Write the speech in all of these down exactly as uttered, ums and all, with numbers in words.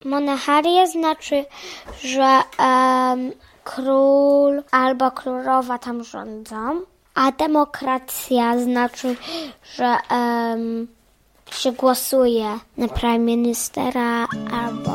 Monacharia znaczy, że um, król albo królowa tam rządzą, a demokracja znaczy, że um, się głosuje na prime ministera albo...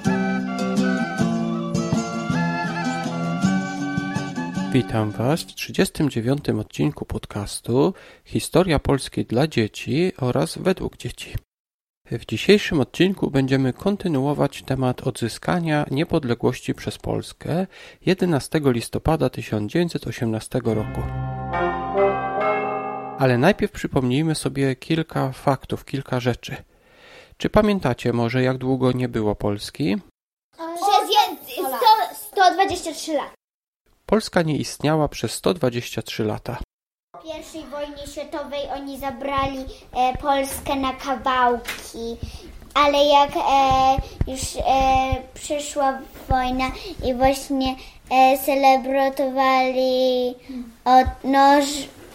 Witam Was w trzydziestym dziewiątym odcinku podcastu Historia Polski dla dzieci oraz według dzieci. W dzisiejszym odcinku będziemy kontynuować temat odzyskania niepodległości przez Polskę jedenastego listopada tysiąc dziewięćset osiemnastego roku. Ale najpierw przypomnijmy sobie kilka faktów, kilka rzeczy. Czy pamiętacie może, jak długo nie było Polski? Przez sto dwadzieścia trzy lata. Polska nie istniała przez sto dwadzieścia trzy lata. W pierwszej wojnie światowej oni zabrali e, Polskę na kawałki, ale jak e, już e, przyszła wojna i właśnie e, celebrowali od noż,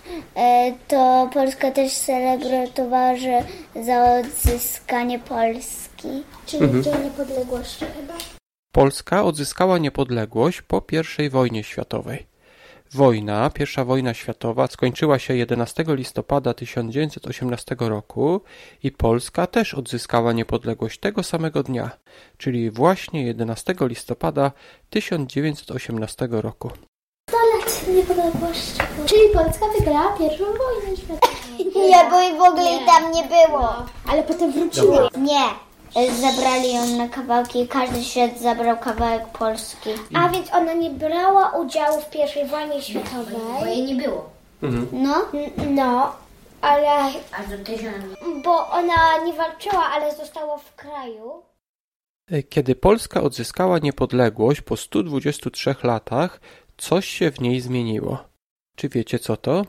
e, to Polska też celebrowała, że za odzyskanie Polski. Czyli Mhm. Dzień Niepodległości chyba. Polska odzyskała niepodległość po pierwszej wojnie światowej. Wojna, pierwsza wojna światowa skończyła się jedenastego listopada tysiąc dziewięćset osiemnastego roku i Polska też odzyskała niepodległość tego samego dnia, czyli właśnie jedenastego listopada tysiąc dziewięćset osiemnastego roku. sto lat niepodległości. Czyli Polska wygrała pierwszą wojnę światową. Nie, bo i w ogóle jej tam nie było. No, ale potem wróciła. Nie. Zabrali ją na kawałki i każdy świat zabrał kawałek Polski. A więc ona nie brała udziału w pierwszej wojnie światowej. Bo jej nie było. Mhm. No, no, ale... Aż do tysiąc... Bo ona nie walczyła, ale została w kraju. Kiedy Polska odzyskała niepodległość po stu dwudziestu trzech latach, coś się w niej zmieniło. Czy wiecie co to?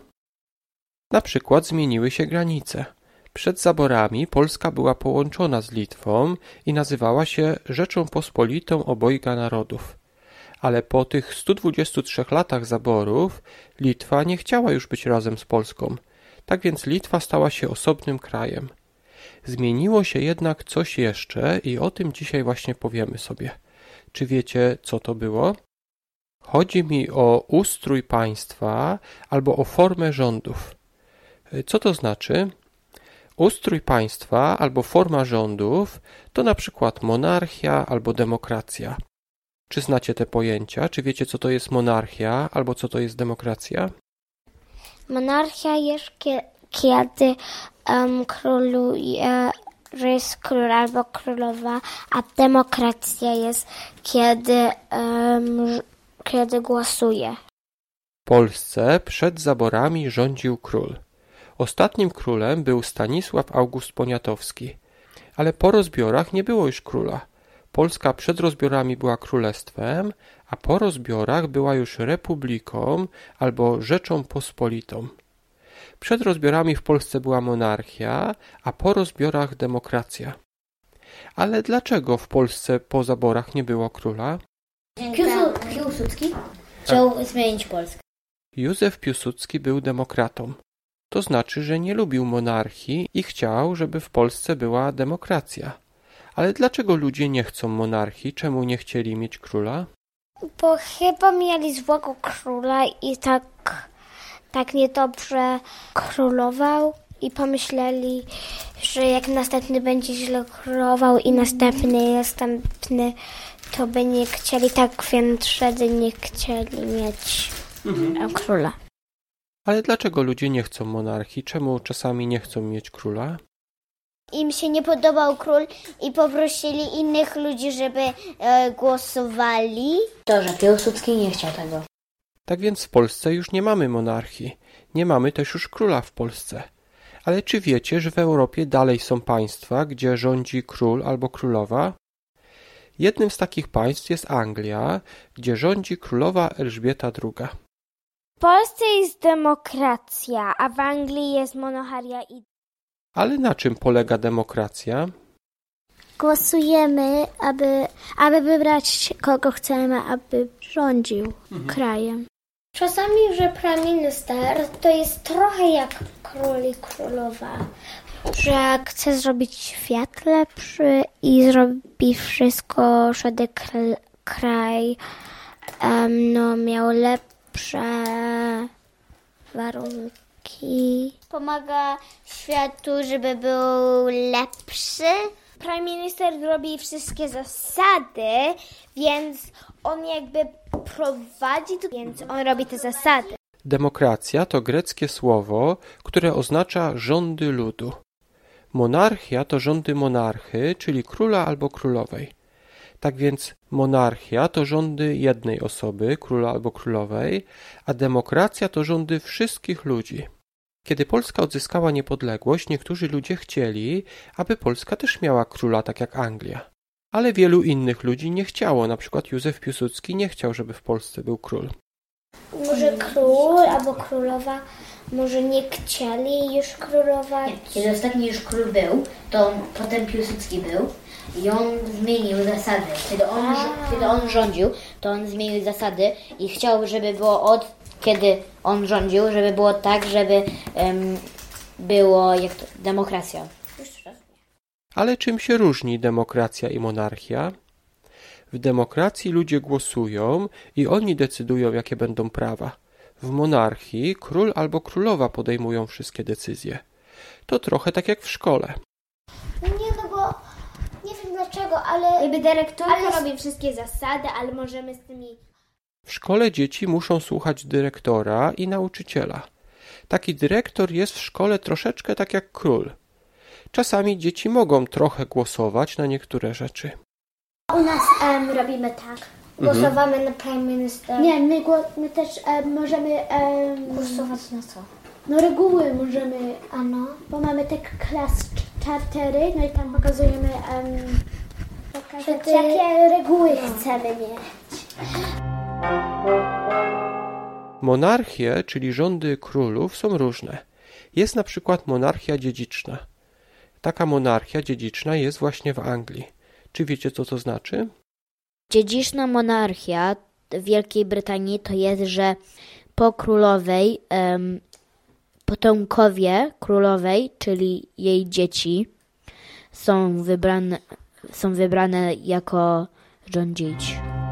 Na przykład zmieniły się granice. Przed zaborami Polska była połączona z Litwą i nazywała się Rzecząpospolitą Obojga Narodów. Ale po tych stu dwudziestu trzech latach zaborów Litwa nie chciała już być razem z Polską. Tak więc Litwa stała się osobnym krajem. Zmieniło się jednak coś jeszcze i o tym dzisiaj właśnie powiemy sobie. Czy wiecie, co to było? Chodzi mi o ustrój państwa albo o formę rządów. Co to znaczy? Ustrój państwa albo forma rządów to na przykład monarchia albo demokracja. Czy znacie te pojęcia? Czy wiecie, co to jest monarchia albo co to jest demokracja? Monarchia jest, kiedy um, króluje, że jest król albo królowa, a demokracja jest, kiedy, um, kiedy głosuje. W Polsce przed zaborami rządził król. Ostatnim królem był Stanisław August Poniatowski, ale po rozbiorach nie było już króla. Polska przed rozbiorami była królestwem, a po rozbiorach była już republiką albo Rzecząpospolitą. Przed rozbiorami w Polsce była monarchia, a po rozbiorach demokracja. Ale dlaczego w Polsce po zaborach nie było króla? Piłsudski chciał zmienić Polskę. Józef Piłsudski był demokratą. To znaczy, że nie lubił monarchii i chciał, żeby w Polsce była demokracja. Ale dlaczego ludzie nie chcą monarchii? Czemu nie chcieli mieć króla? Bo chyba mieli złego króla i tak, tak niedobrze królował i pomyśleli, że jak następny będzie źle królował i następny, następny, to by nie chcieli, tak więc wtedy nie chcieli mieć mhm. króla. Ale dlaczego ludzie nie chcą monarchii? Czemu czasami nie chcą mieć króla? Im się nie podobał król i poprosili innych ludzi, żeby e, głosowali. To, że Piłsudski nie chciał tego. Tak więc w Polsce już nie mamy monarchii. Nie mamy też już króla w Polsce. Ale czy wiecie, że w Europie dalej są państwa, gdzie rządzi król albo królowa? Jednym z takich państw jest Anglia, gdzie rządzi królowa Elżbieta druga. W Polsce jest demokracja, a w Anglii jest monacharia i... Ale na czym polega demokracja? Głosujemy, aby, aby wybrać, kogo chcemy, aby rządził mhm. krajem. Czasami, że prime minister to jest trochę jak król i królowa, że chce zrobić świat lepszy i zrobi wszystko, żeby kr- kraj um, no, miał lepsze warunki. Pomaga światu, żeby był lepszy. Prime Minister robi wszystkie zasady, więc on jakby prowadzi, więc on robi te zasady. Demokracja to greckie słowo, które oznacza rządy ludu. Monarchia to rządy monarchy, czyli króla albo królowej. Tak więc monarchia to rządy jednej osoby, króla albo królowej, a demokracja to rządy wszystkich ludzi. Kiedy Polska odzyskała niepodległość, niektórzy ludzie chcieli, aby Polska też miała króla, tak jak Anglia. Ale wielu innych ludzi nie chciało, na przykład Józef Piłsudski nie chciał, żeby w Polsce był król. Może król albo królowa, może nie chcieli już królować. Nie, kiedy ostatni już król był, to potem Piłsudski był i on zmienił zasady. Kiedy on, kiedy on rządził, to on zmienił zasady i chciał, żeby było od kiedy on rządził, żeby było tak, żeby um, było jak to, demokracja. Ale czym się różni demokracja i monarchia? W demokracji ludzie głosują i oni decydują, jakie będą prawa. W monarchii król albo królowa podejmują wszystkie decyzje. To trochę tak jak w szkole. Nie, no bo nie wiem dlaczego, ale... Jakby dyrektorka ale... robi wszystkie zasady, ale możemy z tymi... W szkole dzieci muszą słuchać dyrektora i nauczyciela. Taki dyrektor jest w szkole troszeczkę tak jak król. Czasami dzieci mogą trochę głosować na niektóre rzeczy. U nas um, robimy tak. Głosowamy mhm. na Prime Minister. Nie, my, my też um, możemy... Um, głosować na co? No reguły możemy, ano, bo mamy te klas cztery, no i tam pokazujemy um, pokazać, ty... jakie reguły no. chcemy mieć. Monarchie, czyli rządy królów, są różne. Jest na przykład monarchia dziedziczna. Taka monarchia dziedziczna jest właśnie w Anglii. Czy wiecie, co to znaczy? Dziedziczna monarchia w Wielkiej Brytanii to jest, że po królowej um, potomkowie królowej, czyli jej dzieci, są wybrane, są wybrane jako rządzić.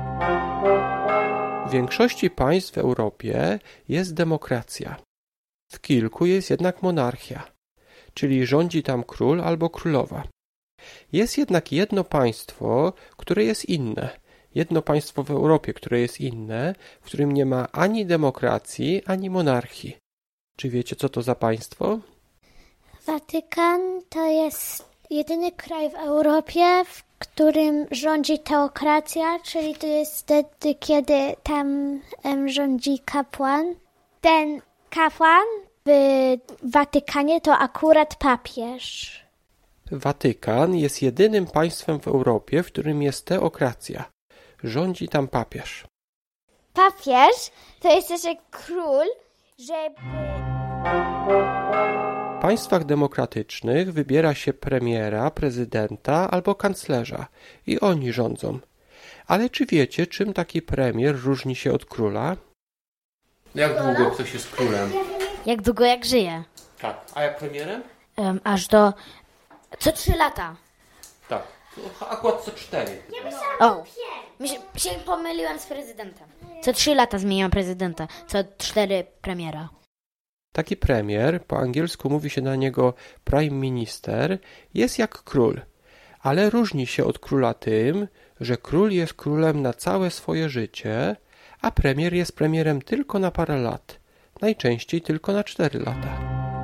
W większości państw w Europie jest demokracja. W kilku jest jednak monarchia, czyli rządzi tam król albo królowa. Jest jednak jedno państwo, które jest inne. Jedno państwo w Europie, które jest inne, w którym nie ma ani demokracji, ani monarchii. Czy wiecie, co to za państwo? Watykan to jest jedyny kraj w Europie, w którym rządzi teokracja, czyli to jest wtedy, kiedy tam um, rządzi kapłan. Ten kapłan w Watykanie to akurat papież. Watykan jest jedynym państwem w Europie, w którym jest teokracja. Rządzi tam papież. Papież to jest też jak król, żeby... W państwach demokratycznych wybiera się premiera, prezydenta albo kanclerza i oni rządzą. Ale czy wiecie, czym taki premier różni się od króla? Jak długo ktoś jest królem? Jak długo jak żyje. Tak. A jak premierem? Um, aż do... Co trzy lata. Tak. Akurat co cztery. O, mi się, się pomyliłem z prezydentem. Co trzy lata zmieniam prezydenta, co cztery premiera. Taki premier, po angielsku mówi się na niego prime minister, jest jak król, ale różni się od króla tym, że król jest królem na całe swoje życie, a premier jest premierem tylko na parę lat, najczęściej tylko na cztery lata.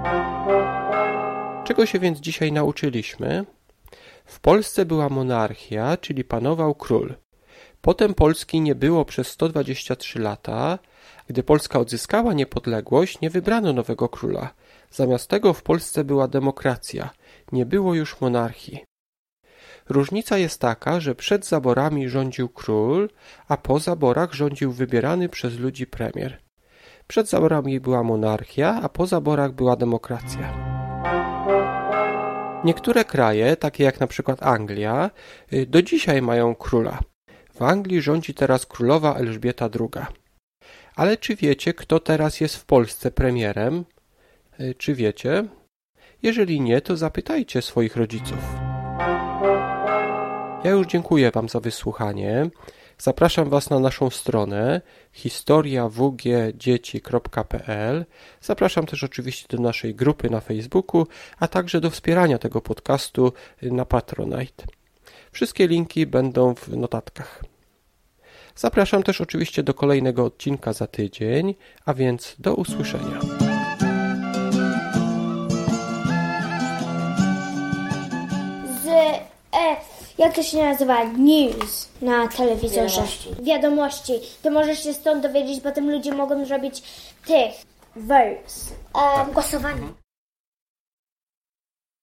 Czego się więc dzisiaj nauczyliśmy? W Polsce była monarchia, czyli panował król. Potem Polski nie było przez sto dwadzieścia trzy lata. Gdy Polska odzyskała niepodległość, nie wybrano nowego króla. Zamiast tego w Polsce była demokracja. Nie było już monarchii. Różnica jest taka, że przed zaborami rządził król, a po zaborach rządził wybierany przez ludzi premier. Przed zaborami była monarchia, a po zaborach była demokracja. Niektóre kraje, takie jak na przykład Anglia, do dzisiaj mają króla. W Anglii rządzi teraz królowa Elżbieta druga. Ale czy wiecie, kto teraz jest w Polsce premierem? Czy wiecie? Jeżeli nie, to zapytajcie swoich rodziców. Ja już dziękuję Wam za wysłuchanie. Zapraszam Was na naszą stronę historia w g dzieci kropka p l. Zapraszam też oczywiście do naszej grupy na Facebooku, a także do wspierania tego podcastu na Patronite. Wszystkie linki będą w notatkach. Zapraszam też oczywiście do kolejnego odcinka za tydzień, a więc do usłyszenia. Z, e, jak to się nazywa? News na telewizorze. Wiadomości. Wiadomości. To możesz się stąd dowiedzieć, potem ludzie mogą zrobić tych votes. Um, głosowanie.